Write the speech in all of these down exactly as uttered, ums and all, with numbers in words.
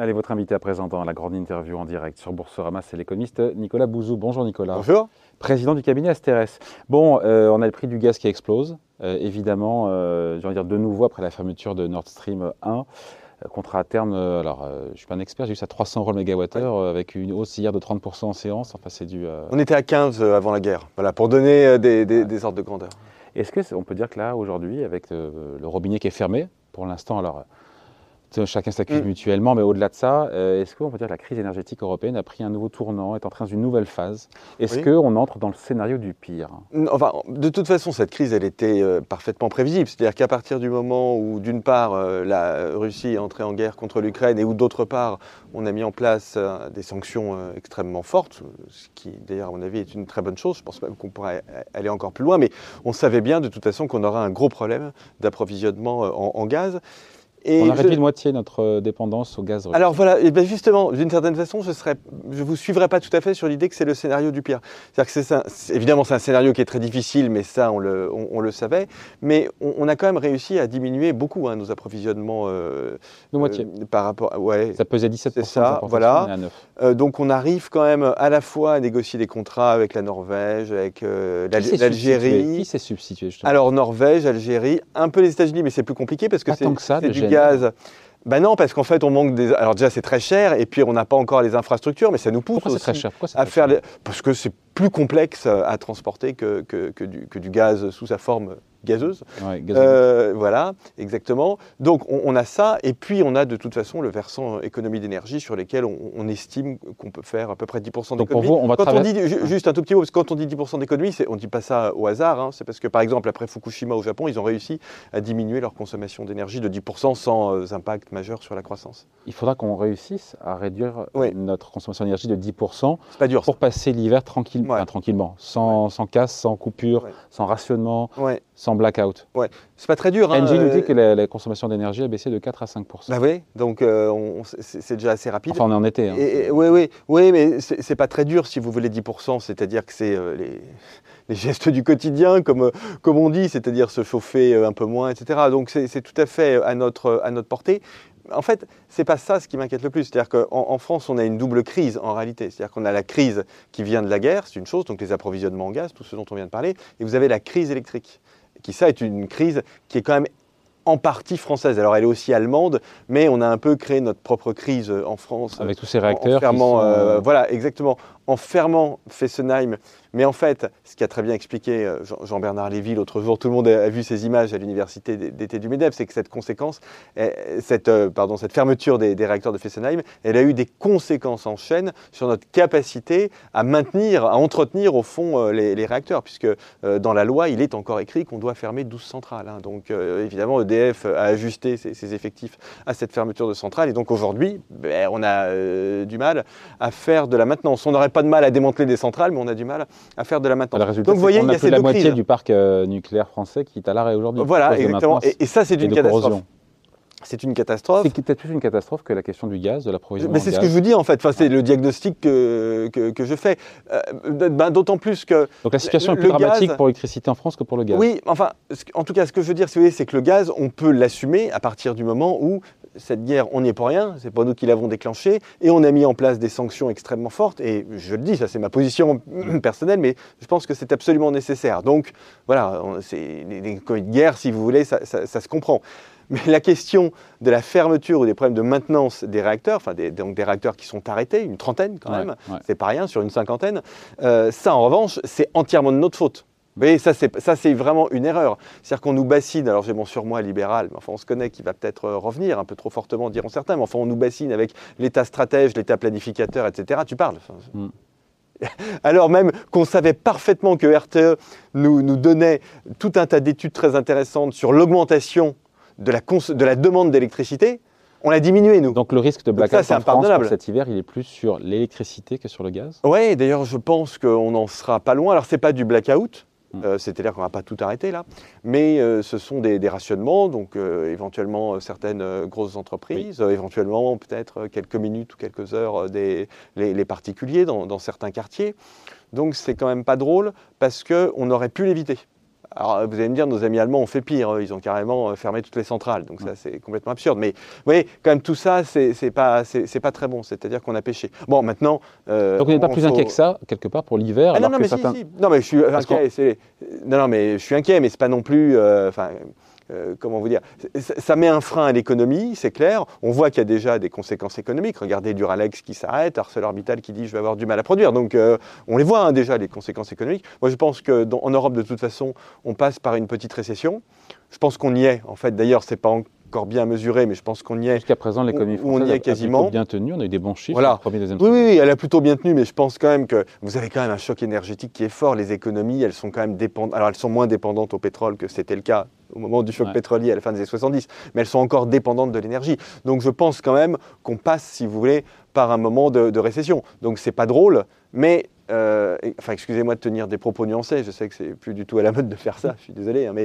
Allez, votre invité à présent dans la grande interview en direct sur Boursorama, c'est l'économiste Nicolas Bouzou. Bonjour Nicolas. Bonjour. Président du cabinet Asterès. Bon, euh, on a le prix du gaz qui explose, euh, évidemment, euh, j'ai envie de dire de nouveau après la fermeture de Nord Stream un. Euh, contrat à terme, euh, alors euh, je ne suis pas un expert, j'ai vu ça trois cents euros le mégawattheure, ouais. euh, avec une hausse hier de trente pour cent en séance. Enfin, c'est du, euh... On était à quinze euh, avant la guerre, voilà, pour donner euh, des, des, ouais. des ordres de grandeur. Est-ce qu'on peut dire que là, aujourd'hui, avec euh, le robinet qui est fermé, pour l'instant, alors... chacun s'accuse mmh. mutuellement, mais au-delà de ça, euh, est-ce qu'on peut dire que la crise énergétique européenne a pris un nouveau tournant, est en train d'une nouvelle phase? Est-ce oui. qu'on entre dans le scénario du pire? Enfin, de toute façon, cette crise, elle était euh, parfaitement prévisible. C'est-à-dire qu'à partir du moment où, d'une part, euh, la Russie est entrée en guerre contre l'Ukraine et où, d'autre part, on a mis en place euh, des sanctions euh, extrêmement fortes, ce qui, d'ailleurs, à mon avis, est une très bonne chose. Je pense même qu'on pourrait aller encore plus loin, mais on savait bien, de toute façon, qu'on aurait un gros problème d'approvisionnement euh, en, en gaz. Et on a réduit je... de moitié notre dépendance au gaz russe. Alors voilà, et bien justement, d'une certaine façon, je ne vous suivrai pas tout à fait sur l'idée que c'est le scénario du pire. C'est-à-dire que c'est ça, c'est, évidemment, c'est un scénario qui est très difficile, mais ça, on le, on, on le savait. Mais on, on a quand même réussi à diminuer beaucoup hein, nos approvisionnements. Euh, de moitié. Euh, par rapport, ouais, ça pesait dix-sept pour cent. C'est ça, voilà. Euh, donc on arrive quand même à la fois à négocier des contrats avec la Norvège, avec euh, l'Algérie. Qui s'est substitué justement? Alors Norvège, Algérie, un peu les États-Unis, mais c'est plus compliqué parce que pas c'est, tant que ça, c'est du gaz. Ben non, parce qu'en fait, on manque des. Alors déjà, c'est très cher, et puis on n'a pas encore les infrastructures, mais ça nous pousse Pourquoi aussi c'est très cher Pourquoi c'est à très faire. cher Les... Parce que c'est plus complexe à transporter que, que, que, du, que du gaz sous sa forme gazeuse. Ouais, euh, voilà, exactement. Donc on, on a ça, et puis on a de toute façon le versant économie d'énergie sur lesquels on, on estime qu'on peut faire à peu près dix pour cent d'économie. Donc pour vous, on va quand traverser... on dit juste un tout petit mot, parce que quand on dit dix pour cent d'économie, on ne dit pas ça au hasard. Hein, c'est parce que par exemple après Fukushima au Japon, ils ont réussi à diminuer leur consommation d'énergie de dix pour cent sans euh, impact majeur sur la croissance. Il faudra qu'on réussisse à réduire oui. notre consommation d'énergie de dix pour cent c'est pas dur, pour ça. passer l'hiver tranquille, ouais. enfin, tranquillement, sans, ouais. sans casse, sans coupure, ouais. sans rationnement, ouais. sans blackout. Ouais. C'est pas très dur. Hein, Engie nous dit que la, la consommation d'énergie a baissé de quatre à cinq pour cent. Bah oui, donc euh, on, c'est, c'est déjà assez rapide. Enfin, on est en été. Hein. Oui, oui, oui, mais c'est, c'est pas très dur si vous voulez dix pour cent, c'est-à-dire que c'est euh, les, les gestes du quotidien, comme, euh, comme on dit, c'est-à-dire se chauffer euh, un peu moins, et cetera. Donc c'est, c'est tout à fait à notre, à notre portée. En fait, c'est pas ça ce qui m'inquiète le plus. C'est-à-dire qu'en en France, on a une double crise en réalité. C'est-à-dire qu'on a la crise qui vient de la guerre, c'est une chose, donc les approvisionnements en gaz, tout ce dont on vient de parler, et vous avez la crise électrique, qui ça est une crise qui est quand même en partie française. Alors elle est aussi allemande, mais on a un peu créé notre propre crise en France. Avec tous ces réacteurs. En fermant, qui sont... euh, voilà, exactement. En fermant Fessenheim. Mais en fait, ce qui a très bien expliqué Jean-Bernard Lévy l'autre jour, tout le monde a vu ces images à l'université d'été du MEDEF, c'est que cette conséquence, cette, pardon, cette fermeture des, des réacteurs de Fessenheim, elle a eu des conséquences en chaîne sur notre capacité à maintenir, à entretenir au fond les, les réacteurs, puisque dans la loi, il est encore écrit qu'on doit fermer douze centrales. Hein. Donc évidemment, E D F a ajusté ses, ses effectifs à cette fermeture de centrales, et donc aujourd'hui, ben, on a euh, du mal à faire de la maintenance. On n'aurait pas de mal à démanteler des centrales, mais on a du mal à faire de la maintenance. Le résultat, donc vous voyez, on il y a, a plus ces la deux moitié crises. du parc euh, nucléaire français qui est à l'arrêt aujourd'hui. Voilà, exactement. Et, et ça, c'est une catastrophe. C'est une catastrophe. C'est peut-être plus une catastrophe que la question du gaz, de l'approvisionnement. Mais c'est en ce gaz. que je vous dis en fait. Enfin, c'est ouais. le diagnostic que, que, que je fais. Euh, ben, d'autant plus que. Donc la situation est plus dramatique gaz, pour l'électricité en France que pour le gaz. Oui, enfin, en tout cas, ce que je veux dire, c'est que le gaz, on peut l'assumer à partir du moment où cette guerre, on n'y est pour rien. C'est pas nous qui l'avons déclenchée, et on a mis en place des sanctions extrêmement fortes. Et je le dis, ça c'est ma position personnelle, mais je pense que c'est absolument nécessaire. Donc voilà, c'est des, des guerres, si vous voulez, ça, ça, ça se comprend. Mais la question de la fermeture ou des problèmes de maintenance des réacteurs, enfin des, donc des réacteurs qui sont arrêtés, une trentaine quand même, ouais, ouais. c'est pas rien sur une cinquantaine, euh, ça en revanche, c'est entièrement de notre faute. Vous voyez, ça c'est, ça c'est vraiment une erreur. C'est-à-dire qu'on nous bassine, alors j'ai mon surmoi libéral, mais enfin on se connaît qui va peut-être revenir un peu trop fortement, diront certains, mais enfin on nous bassine avec l'État stratège, l'État planificateur, et cetera. Tu parles enfin, mm. Alors même qu'on savait parfaitement que R T E nous, nous donnait tout un tas d'études très intéressantes sur l'augmentation de la, cons- de la demande d'électricité, on l'a diminué, nous. Donc le risque de blackout en France pour cet hiver, il est plus sur l'électricité que sur le gaz ? Oui, d'ailleurs, je pense qu'on n'en sera pas loin. Alors, ce n'est pas du blackout, mmh. euh, c'est-à-dire qu'on ne va pas tout arrêter, là, mais euh, ce sont des, des rationnements, donc euh, éventuellement euh, certaines euh, grosses entreprises, oui. euh, éventuellement peut-être quelques minutes ou quelques heures des les, les particuliers dans, dans certains quartiers. Donc, c'est quand même pas drôle, parce qu'on aurait pu l'éviter. Alors, vous allez me dire, nos amis allemands ont fait pire. Ils ont carrément fermé toutes les centrales. Donc, ça, c'est complètement absurde. Mais, vous voyez, quand même, tout ça, c'est, c'est pas, c'est, c'est pas très bon. C'est-à-dire qu'on a pêché. Bon, maintenant. Euh, donc, on n'est pas on plus faut... inquiet que ça, quelque part, pour l'hiver. Ah, non, non, mais certains... si, si. Non, mais je suis Parce inquiet. C'est... Non, non, mais je suis inquiet, mais c'est pas non plus. Enfin. Euh, Euh, comment vous dire, ça met un frein à l'économie, c'est clair. On voit qu'il y a déjà des conséquences économiques. Regardez Duralex qui s'arrête, ArcelorMittal qui dit je vais avoir du mal à produire. Donc euh, on les voit hein, déjà les conséquences économiques. Moi je pense qu'en Europe de toute façon on passe par une petite récession. Je pense qu'on y est. En fait d'ailleurs c'est pas encore bien mesuré, mais je pense qu'on y est. Jusqu'à présent l'économie française on y est a, quasiment. a plutôt bien tenu. On a eu des bons chiffres. Voilà. Le premier, deuxième oui, oui, elle a plutôt bien tenu, mais je pense quand même que vous avez quand même un choc énergétique qui est fort. Les économies, elles sont quand même dépendantes. Alors elles sont moins dépendantes au pétrole que c'était le cas au moment du choc ouais. pétrolier à la fin des années soixante-dix, mais elles sont encore dépendantes de l'énergie. Donc je pense quand même qu'on passe, si vous voulez, par un moment de, de récession. Donc c'est pas drôle, mais euh, enfin excusez-moi de tenir des propos nuancés, je sais que c'est plus du tout à la mode de faire ça, je suis désolé, hein, mais,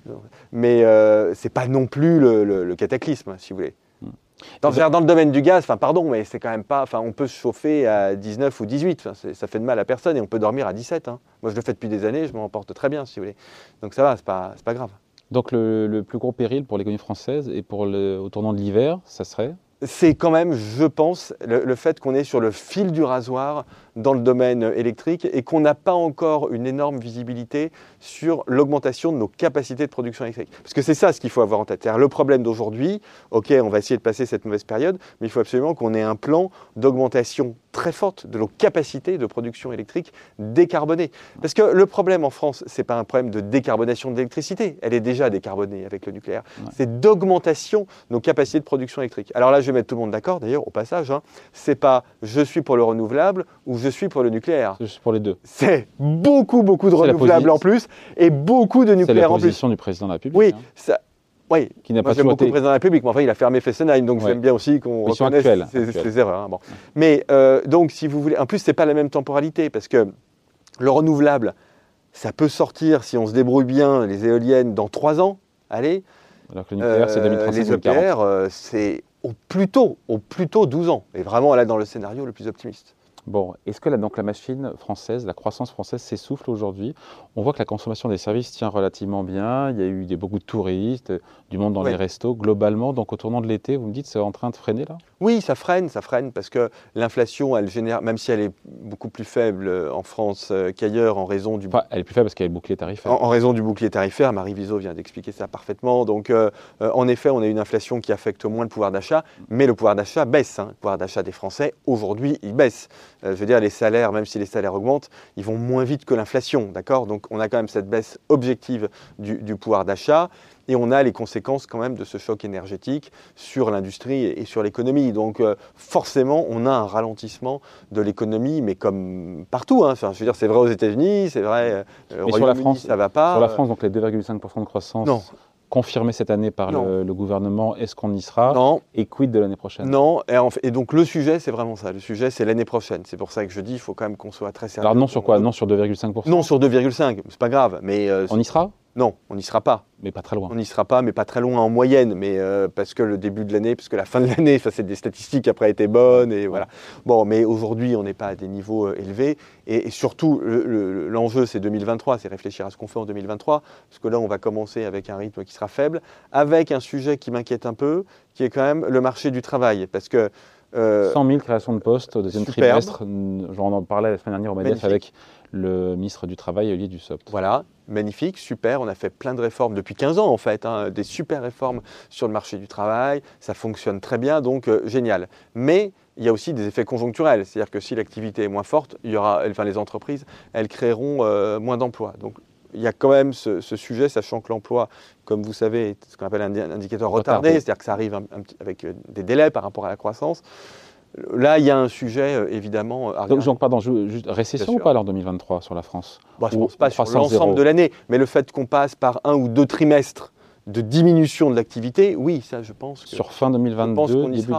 mais euh, c'est pas non plus le, le, le cataclysme, si vous voulez. Dans, dans le domaine du gaz, enfin pardon, mais c'est quand même pas. Enfin, on peut se chauffer à dix-neuf ou dix-huit, enfin, ça fait de mal à personne et on peut dormir à dix-sept. Hein. Moi, je le fais depuis des années, je m'en porte très bien, si vous voulez. Donc ça va, c'est pas, c'est pas grave. Donc le, le plus gros péril pour l'économie française et pour le, au tournant de l'hiver, ça serait ? C'est quand même, je pense, le, le fait qu'on est sur le fil du rasoir dans le domaine électrique et qu'on n'a pas encore une énorme visibilité sur l'augmentation de nos capacités de production électrique. Parce que c'est ça ce qu'il faut avoir en tête. C'est-à-dire le problème d'aujourd'hui, ok, on va essayer de passer cette mauvaise période, mais il faut absolument qu'on ait un plan d'augmentation très forte de nos capacités de production électrique décarbonées. Parce que le problème en France, ce n'est pas un problème de décarbonation de l'électricité, elle est déjà décarbonée avec le nucléaire, ouais. C'est d'augmentation de nos capacités de production électrique. Alors là, je vais mettre tout le monde d'accord, d'ailleurs, au passage, hein, c'est pas je suis pour le renouvelable ou je suis pour le nucléaire. Je suis pour les deux. C'est beaucoup, beaucoup de renouvelables en plus et beaucoup de nucléaire en plus. C'est la position du président de la République. Oui, hein. ça... Oui, qui n'a moi, pas j'aime beaucoup été... le président de la République, mais enfin il a fermé Fessenheim, donc ouais. J'aime bien aussi qu'on reconnaisse actuelle, ses, actuelle. ses erreurs. Hein, bon. ouais. Mais euh, donc si vous voulez, en plus c'est pas la même temporalité, parce que le renouvelable, ça peut sortir si on se débrouille bien, les éoliennes, dans trois ans, allez. Alors que le nucléaire, euh, c'est deux mille trente-cinq, les E P R, euh, c'est au plus tôt, au plus tôt douze ans, et vraiment là dans le scénario le plus optimiste. Bon, est-ce que la, donc, la machine française, la croissance française s'essouffle aujourd'hui ? On voit que la consommation des services tient relativement bien. Il y a eu des, beaucoup de touristes, du monde dans oui. les restos. Globalement, donc au tournant de l'été, vous me dites c'est en train de freiner là ? Oui, ça freine, ça freine parce que l'inflation, elle génère, même si elle est beaucoup plus faible en France qu'ailleurs en raison du. Enfin, elle est plus faible parce qu'elle est bouclier tarifaire. En, en raison du bouclier tarifaire, Marie Viseau vient d'expliquer ça parfaitement. Donc, euh, euh, en effet, on a une inflation qui affecte moins le pouvoir d'achat, mais le pouvoir d'achat baisse. Hein. Le pouvoir d'achat des Français aujourd'hui, il baisse. Euh, je veux dire, les salaires, même si les salaires augmentent, ils vont moins vite que l'inflation, d'accord ? Donc, on a quand même cette baisse objective du, du pouvoir d'achat. Et on a les conséquences quand même de ce choc énergétique sur l'industrie et sur l'économie. Donc euh, forcément, on a un ralentissement de l'économie, mais comme partout. Hein. Enfin, je veux dire, c'est vrai aux États-Unis, c'est vrai euh, au Royaume-Uni, ça va pas. Sur la France, donc les deux virgule cinq pour cent de croissance non. confirmés cette année par le, le gouvernement, est-ce qu'on y sera ? Non. Et quid de l'année prochaine ? Non. Et, en fait, et donc le sujet, c'est vraiment ça. Le sujet, c'est l'année prochaine. C'est pour ça que je dis, il faut quand même qu'on soit très sérieux. Alors non sur quoi ? Non sur deux virgule cinq pour cent ? Non sur deux virgule cinq. C'est pas grave. Mais euh, on y sera ? Non, on n'y sera pas. Mais pas très loin. On n'y sera pas, mais pas très loin en moyenne. Mais euh, parce que le début de l'année, parce que la fin de l'année, ça c'est des statistiques après étaient bonnes et voilà. Bon, mais aujourd'hui, on n'est pas à des niveaux euh, élevés. Et, et surtout, le, le, l'enjeu, c'est deux mille vingt-trois, c'est réfléchir à ce qu'on fait en deux mille vingt-trois, parce que là, on va commencer avec un rythme qui sera faible, avec un sujet qui m'inquiète un peu, qui est quand même le marché du travail, parce que Euh, cent mille créations de postes au deuxième superbe. trimestre. J'en en parlais la semaine dernière au MEDEF avec le ministre du Travail, Olivier Dussopt. Voilà, magnifique, super. On a fait plein de réformes depuis quinze ans en fait, hein, des super réformes sur le marché du travail. Ça fonctionne très bien, donc euh, génial. Mais il y a aussi des effets conjoncturels. C'est-à-dire que si l'activité est moins forte, il y aura, enfin, les entreprises, elles créeront euh, moins d'emplois. Donc, il y a quand même ce, ce sujet, sachant que l'emploi, comme vous savez, est ce qu'on appelle un indicateur retardé, retardé. C'est-à-dire que ça arrive un, un, avec des délais par rapport à la croissance. Là, il y a un sujet, euh, évidemment, à donc, donc, pardon, juste, récession ou pas alors en deux mille vingt-trois sur la France ? Bon, je ne pense pas sur l'ensemble de l'année, mais le fait qu'on passe par un ou deux trimestres de diminution de l'activité, oui, ça, je pense que... Sur fin deux mille vingt-deux, début sera. deux mille vingt-trois ?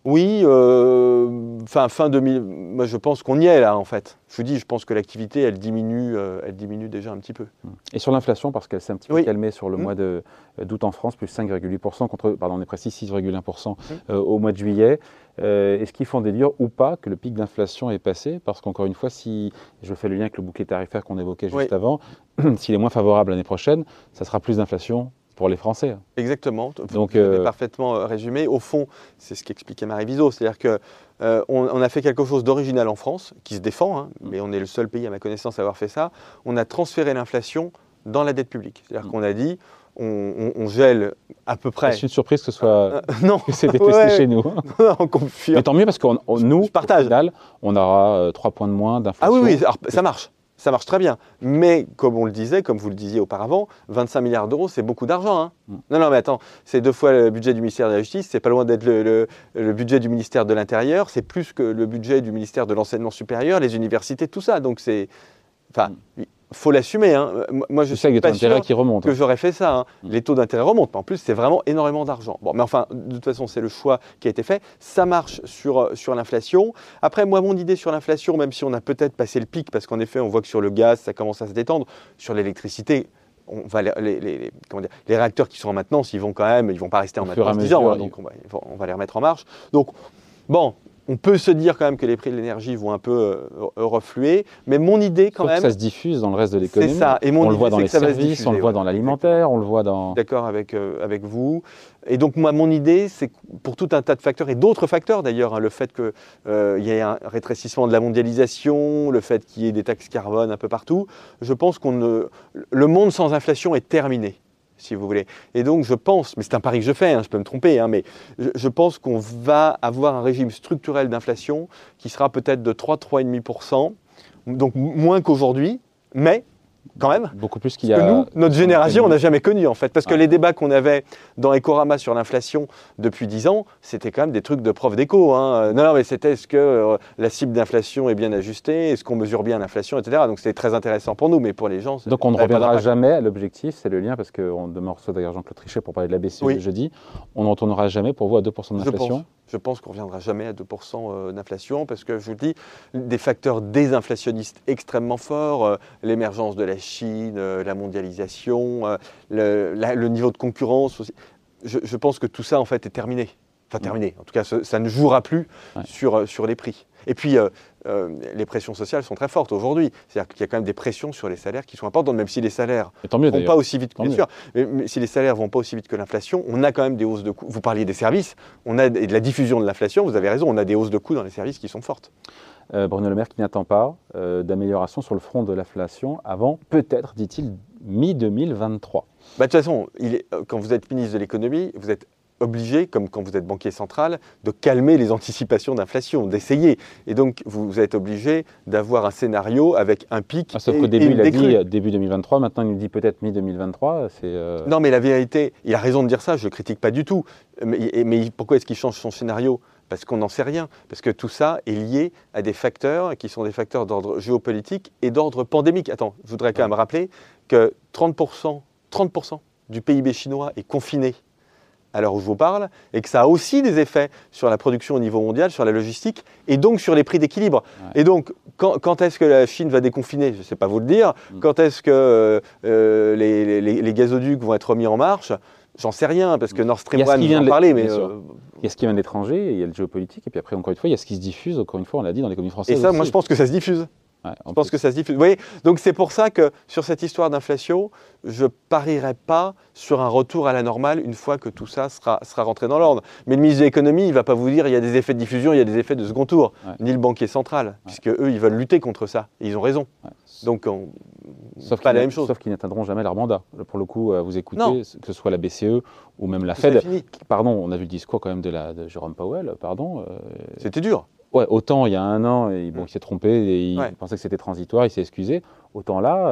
Oui, euh, fin, fin deux mille, moi je pense qu'on y est là en fait. Je vous dis, je pense que l'activité elle diminue, euh, elle diminue déjà un petit peu. Et sur l'inflation, parce qu'elle s'est un petit peu Oui. calmée sur le Mmh. mois de- d'août en France, plus cinq virgule huit pour cent contre, pardon, on est précis, six virgule un pour cent Mmh. euh, au mois de juillet. Euh, Est-ce qu'il faut en déduire ou pas que le pic d'inflation est passé? Parce qu'encore une fois, si je fais le lien avec le bouclier tarifaire qu'on évoquait juste Oui. avant, s'il est moins favorable l'année prochaine, ça sera plus d'inflation pour les Français. Exactement, vous Donc, avez euh, parfaitement euh, résumé. Au fond, c'est ce qu'expliquait Marie Viseau, c'est-à-dire qu'on euh, on a fait quelque chose d'original en France, qui se défend, hein, mais on est le seul pays à ma connaissance à avoir fait ça. On a transféré l'inflation dans la dette publique. C'est-à-dire Mm. qu'on a dit, on, on- on gèle à peu près... c'est une surprise que ce soit Euh, non, que c'est détesté Ouais, chez nous. non, on confirme. Mais tant mieux parce que nous, Je partage. au final, on aura euh, trois points de moins Ah d'inflation. oui, oui, alors, ça marche. Ça marche très bien. Mais comme on le disait, comme vous le disiez auparavant, vingt-cinq milliards d'euros, c'est beaucoup d'argent. Hein. Mm. Non, non, mais attends, c'est deux fois le budget du ministère de la Justice, c'est pas loin d'être le, le- le budget du ministère de l'Intérieur, c'est plus que le budget du ministère de l'Enseignement supérieur, les universités, tout ça. Donc c'est... Enfin, il faut l'assumer. Hein. Moi, je Je sais suis avec des pas taux d'intérêt sûr qui remontent. que j'aurais fait ça. Hein. Mm. Les taux d'intérêt remontent, mais en plus, c'est vraiment énormément d'argent. Bon, mais enfin, de toute façon, c'est le choix qui a été fait. Ça marche sur, sur l'inflation. Après, moi, mon idée sur l'inflation, même si on a peut-être passé le pic, parce qu'en effet, on voit que sur le gaz, ça commence à se détendre, sur l'électricité, on va les, les- les- comment dire, les réacteurs qui sont en maintenance, ils vont quand même, ils vont pas rester en Au fur et à maintenance dix ans, mesure, hein, donc on va, on va les remettre en marche. Donc, bon, on peut se dire quand même que les prix de l'énergie vont un peu euh, refluer, mais mon idée quand Sauf que même, ça se diffuse dans le reste de l'économie. c'est ça. Et mon On le idée, voit dans c'est les que ça va se services, diffuser, on le voit ouais. dans l'alimentaire, on le voit dans... D'accord avec, euh, avec vous. Et donc, moi, mon idée, c'est que pour tout un tas de facteurs, et d'autres facteurs d'ailleurs, hein, le fait qu'il euh, y ait un rétrécissement de la mondialisation, le fait qu'il y ait des taxes carbone un peu partout, je pense qu'on ne... le monde sans inflation est terminé, si vous voulez. Et donc, je pense, mais c'est un pari que je fais, hein, je peux me tromper, hein, mais je, je pense qu'on va avoir un régime structurel d'inflation qui sera peut-être de trois à trois virgule cinq pour cent, donc moins qu'aujourd'hui, mais quand même. Beaucoup plus qu'il Ce y que a... nous, notre génération, on n'a jamais connu en fait. Parce que Ouais. les débats qu'on avait dans Ecorama sur l'inflation depuis dix ans, c'était quand même des trucs de prof d'éco. Hein. Non, non, mais c'était est-ce que euh, la cible d'inflation est bien ajustée, est-ce qu'on mesure bien l'inflation, et cetera. Donc c'était très intéressant pour nous, mais pour les gens, ça- Donc on ne ça avait pas reviendra d'impact. jamais à l'objectif, c'est le lien, parce qu'on demain on reçoit d'ailleurs Jean-Claude Trichet pour parler de la B C E Oui. le jeudi, on n'en retournera jamais pour vous à deux pour cent Je d'inflation. pense, je pense qu'on ne reviendra jamais à deux pour cent euh, d'inflation parce que je vous le dis, des facteurs désinflationnistes extrêmement forts, euh, l'émergence de la Chine, euh, la mondialisation, euh, le, la- le niveau de concurrence aussi. Je, je pense que tout ça en fait est terminé. Enfin terminé, en tout cas ça, ça ne jouera plus Ouais. sur, euh, sur les prix. Et puis euh, euh, les pressions sociales sont très fortes aujourd'hui. C'est-à-dire qu'il y a quand même des pressions sur les salaires qui sont importantes, même si les salaires Et tant mieux vont d'ailleurs. pas aussi vite, Tant bien mieux. sûr. Mais, mais si les salaires vont pas aussi vite que l'inflation, on a quand même des hausses de coûts. Vous parliez des services, on a et de la diffusion de l'inflation. Vous avez raison, on a des hausses de coûts dans les services qui sont fortes. Euh, Bruno Le Maire qui n'attend pas euh, d'amélioration sur le front de l'inflation avant, peut-être, dit-il, mi deux mille vingt-trois. Bah, de toute façon, il est- euh, quand vous êtes ministre de l'économie, vous êtes obligé, comme quand vous êtes banquier central, de calmer les anticipations d'inflation, d'essayer. Et donc, vous êtes obligé d'avoir un scénario avec un pic Ah, sauf et, qu'au et début, une il a décrue. dit euh, début deux mille vingt-trois, maintenant il nous dit peut-être mi deux mille vingt-trois. C'est, euh, Non, mais la vérité, il a raison de dire ça, je ne le critique pas du tout. Mais, et- mais pourquoi est-ce qu'il change son scénario? Parce qu'on n'en sait rien. Parce que tout ça est lié à des facteurs qui sont des facteurs d'ordre géopolitique et d'ordre pandémique. Attends, je voudrais quand même rappeler que trente pour cent, trente pour cent du P I B chinois est confiné à l'heure où je vous parle, et que ça a aussi des effets sur la production au niveau mondial, sur la logistique, et donc sur les prix d'équilibre. Ouais. Et donc, quand, quand est-ce que la Chine va déconfiner? Je ne sais pas vous le dire. Mm. Quand est-ce que euh, euh, les, les- les gazoducs vont être remis en marche? J'en sais rien, parce que Nord Il y Stream a ce un qui nous vient en de- parlait, mais... bien sûr. euh, Il y a ce qui vient de l'étranger, il y a le géopolitique, et puis après, encore une fois, il y a ce qui se diffuse, encore une fois, on l'a dit, dans l'économie et française. ça, aussi. moi, je pense que ça se diffuse. Ouais, en Je pense plus. que ça se diffuse. Vous voyez, donc c'est pour ça que sur cette histoire d'inflation, je parierais pas sur un retour à la normale une fois que tout ça sera, sera rentré dans l'ordre. Mais le ministre de l'économie, il ne va pas vous dire il y a des effets de diffusion, il y a des effets de second tour, Ouais. ni le banquier central, puisque eux, ils veulent lutter contre ça. Et ils ont raison. Ouais. Donc, on... Sauf pas qu'ils la n'a- même chose. Sauf qu'ils n'atteindront jamais leur mandat. Pour le coup, euh, vous écoutez, Non. que ce soit la B C E ou même la Ce serait Fed. fini. Pardon, on a vu le discours quand même de, la, de Jérôme Powell, pardon. euh, C'était dur. Ouais, autant il y a un an, et, bon, Mm. il s'est trompé, et il Ouais. pensait que c'était transitoire, il s'est excusé. Autant là, euh,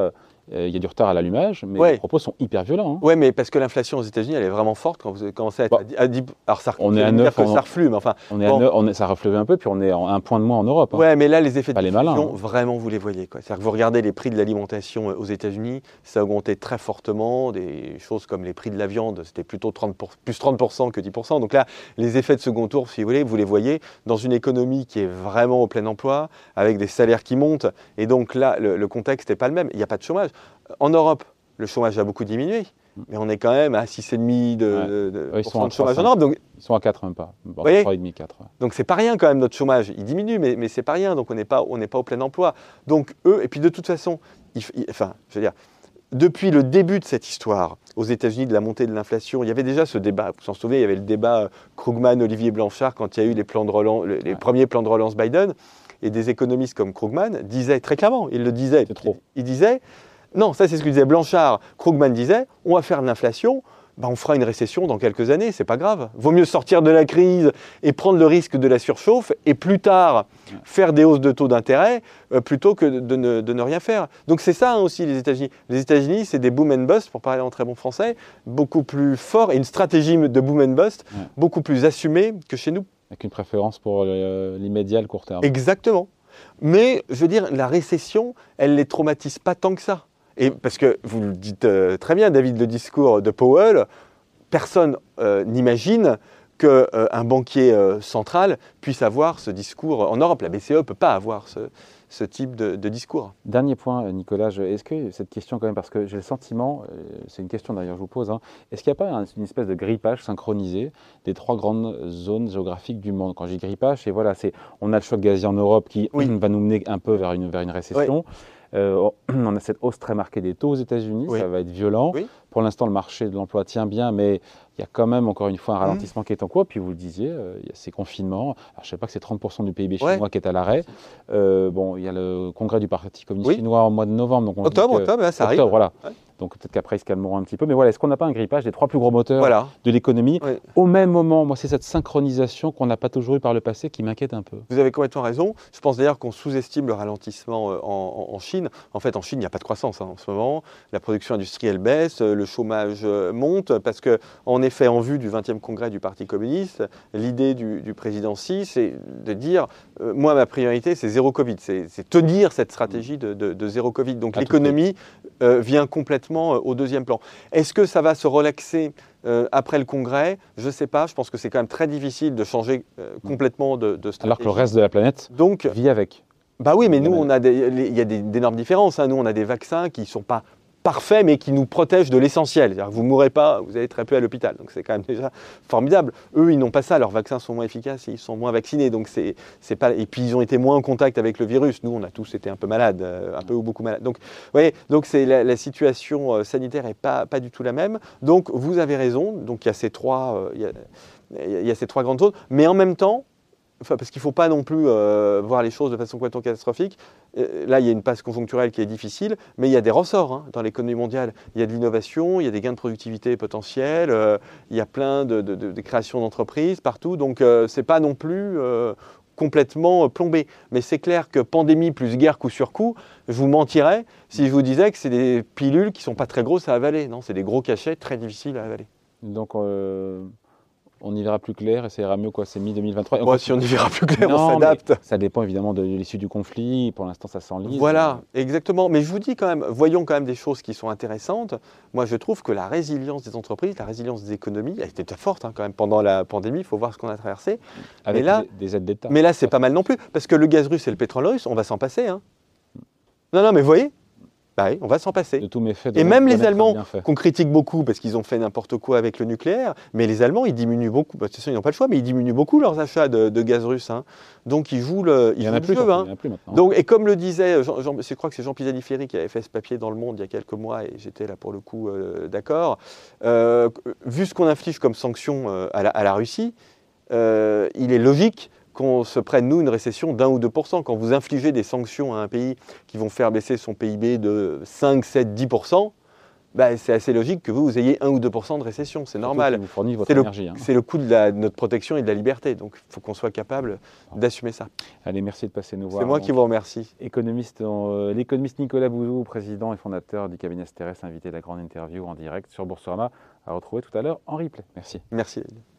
euh, il y a du retard à l'allumage, mais Ouais. les propos sont hyper violents. Hein. Oui, mais parce que l'inflation aux États-Unis, elle est vraiment forte quand vous avez commencé à être Bon. à dix- à dix. Alors, ça, On est je à vais dire neuf que en- ça reflue, mais enfin. On est bon. à neuf, on est, ça a reflevé un peu, puis on est à un point de moins en Europe. Hein. Ouais, mais là, les effets Pas de les malins, diffusion, hein. vraiment, vous les voyez, quoi. C'est-à-dire que vous regardez les prix de l'alimentation euh, aux États-Unis, ça a augmenté très fortement. Des choses comme les prix de la viande, c'était plutôt trente pour- plus trente pour cent que dix pour cent. Donc là, les effets de second tour, si vous voulez, vous les voyez dans une économie qui est vraiment au plein emploi, avec des salaires qui montent. Et donc là, le, le contexte n'est pas le même. Il n'y a pas de chômage. En Europe, le chômage a beaucoup diminué, mais on est quand même à six virgule cinq de, Ouais. de, de, Ouais, ils pour sont cent à de chômage trois en Europe. Donc, Ils sont à quatre même pas. Bon, voyez trois virgule cinq, quatre. Ouais. donc c'est pas rien quand même, notre chômage. Il diminue, mais, mais c'est pas rien. Donc on n'est pas, on n'est pas au plein emploi. Donc eux, et puis de toute façon, il, il- enfin, je veux dire, depuis le début de cette histoire, aux États-Unis, de la montée de l'inflation, il y avait déjà ce débat. Vous vous en souvenez, il y avait le débat euh, Krugman-Olivier Blanchard quand il y a eu les, plans de relance, les, les Ouais. premiers plans de relance Biden. Et des économistes comme Krugman disaient très clairement, il le disait, C'est trop. il disait, non, ça c'est ce que disait Blanchard. Krugman disait, on va faire de l'inflation, ben, on fera une récession dans quelques années, c'est pas grave. Vaut mieux sortir de la crise et prendre le risque de la surchauffe et plus tard faire des hausses de taux d'intérêt euh, plutôt que de, de ne, de ne rien faire. Donc c'est ça hein, aussi les États-Unis. Les États-Unis, c'est des boom and bust, pour parler en très bon français, beaucoup plus fort et une stratégie de boom and bust Ouais. beaucoup plus assumée que chez nous. Avec une préférence pour euh, l'immédiat, le court terme. Exactement. Mais je veux dire, la récession, elle ne les traumatise pas tant que ça. Et parce que vous le dites euh, très bien, David, le discours de Powell, personne euh, n'imagine qu'un euh, banquier euh, central puisse avoir ce discours en Europe. La B C E ne peut pas avoir ce, ce type de, de discours. Dernier point, euh, Nicolas, je- est-ce que cette question quand même, parce que j'ai le sentiment, euh, c'est une question d'ailleurs que je vous pose, hein, est-ce qu'il n'y a pas un- une espèce de grippage synchronisé des trois grandes zones géographiques du monde? Quand j'ai grippage, c'est voilà, c'est on a le choc gazier en Europe qui Oui. va nous mener un peu vers une, vers une récession. Euh, on a cette hausse très marquée des taux aux États-Unis, Oui. ça va être violent. Oui. Pour l'instant, le marché de l'emploi tient bien, mais il y a quand même encore une fois un Mmh. ralentissement qui est en cours. Puis vous le disiez, euh, il y a ces confinements. Alors, je ne sais pas que c'est trente pour cent du P I B Ouais. chinois qui est à l'arrêt. Euh, bon, il y a le congrès du Parti communiste Oui. chinois en mois de novembre. Donc on se dit Octobre, que- octobre, là, ça octobre, arrive. voilà. Ouais. Donc peut-être qu'après ils se calmeront un petit peu. Mais voilà, est-ce qu'on n'a pas un grippage des trois plus gros moteurs Voilà. de l'économie Ouais. au même moment? Moi, c'est cette synchronisation qu'on n'a pas toujours eu par le passé qui m'inquiète un peu. Vous avez complètement raison. Je pense d'ailleurs qu'on sous-estime le ralentissement euh, en, en- en Chine. En fait, en Chine, il n'y a pas de croissance hein, en ce moment. La production industrielle baisse, euh, le chômage euh, monte, parce que, en effet, en vue du vingtième congrès du Parti communiste, l'idée du, du président Xi, c'est de dire euh, moi, ma priorité, c'est zéro Covid. C'est c'est tenir cette stratégie de, de- de zéro Covid. Donc À tout l'économie euh, vient complètement euh, au deuxième plan. Est-ce que ça va se relaxer euh, après le congrès? Je ne sais pas. Je pense que c'est quand même très difficile de changer euh, complètement de, de stratégie. Alors que le reste de la planète Donc, vit avec. bah oui, mais Il y a nous, même- on a des, les- il y a des- d'énormes différences. hein. Nous, on a des vaccins qui ne sont pas parfaits, mais qui nous protègent de l'essentiel. C'est-à-dire que vous ne mourrez pas, vous allez très peu à l'hôpital. Donc, c'est quand même déjà formidable. Eux, ils n'ont pas ça. Leurs vaccins sont moins efficaces et ils sont moins vaccinés. Donc, c'est, c'est pas... Et puis, ils ont été moins en contact avec le virus. Nous, on a tous été un peu malades, euh, un peu ou beaucoup malades. Donc, vous voyez, donc c'est la, la situation euh, sanitaire n'est pas, pas du tout la même. Donc, vous avez raison. Donc, il y a ces trois, euh, il y a, il y a ces trois grandes zones. Mais en même temps, enfin, parce qu'il ne faut pas non plus euh, voir les choses de façon complètement catastrophique. Euh, là, il y a une passe conjoncturelle qui est difficile, mais il y a des ressorts hein, dans l'économie mondiale. Il y a de l'innovation, il y a des gains de productivité potentiels, euh, il y a plein de, de- de- de créations d'entreprises partout. Donc, euh, ce n'est pas non plus euh, complètement euh, plombé. Mais c'est clair que pandémie plus guerre coup sur coup, je vous mentirais si je vous disais que c'est des pilules qui ne sont pas très grosses à avaler. Non, c'est des gros cachets très difficiles à avaler. Donc euh, on y verra plus clair et ça ira mieux quoi. C'est mi deux mille vingt-trois. Et Moi, encore- si on y verra plus clair, on Non, s'adapte. mais Ça dépend évidemment de l'issue du conflit. Pour l'instant, ça s'enlise. Voilà, exactement. Mais je vous dis quand même, voyons quand même des choses qui sont intéressantes. Moi, je trouve que la résilience des entreprises, la résilience des économies, elle était très forte hein, quand même pendant la pandémie. Il faut voir ce qu'on a traversé. Avec mais là- des, des aides d'État. Mais là, c'est pas mal non plus, parce que le gaz russe et le pétrole russe, on va s'en passer. hein. Non, non, mais vous voyez, bah oui, on va s'en passer. De tous mes faits. Et même les Allemands Allemands, bien fait. qu'on critique beaucoup parce qu'ils ont fait n'importe quoi avec le nucléaire, mais les Allemands, ils diminuent beaucoup, bah, de toute façon, ils n'ont pas le choix, mais ils diminuent beaucoup leurs achats de, de gaz russe. hein. Donc, ils jouent le, ils Il y en jouent a le plus. jeu, surtout, hein. Il y en a plus maintenant. Donc, et comme le disait, Jean, Jean- je crois que c'est Jean Pisani-Ferry qui avait fait ce papier dans Le Monde il y a quelques mois, et j'étais là pour le coup euh, d'accord, euh, vu ce qu'on inflige comme sanction euh, à, la, à la Russie, euh, il est logique qu'on se prenne, nous, une récession d'un ou deux pour cent. Quand vous infligez des sanctions à un pays qui vont faire baisser son P I B de cinq, sept, dix pour cent, bah, c'est assez logique que vous, vous ayez un ou deux pour cent de récession, c'est normal. Vous fournissez votre C'est le, énergie. Hein. c'est le coût de, la, de notre protection et de la liberté, donc il faut qu'on soit capable d'assumer ça. Allez, merci de passer nous voir. C'est moi donc, qui vous remercie. Économiste, euh, l'économiste Nicolas Bouzou, président et fondateur du cabinet Asterès, invité de la grande interview en direct sur Boursorama, à retrouver tout à l'heure en replay. Merci. Merci.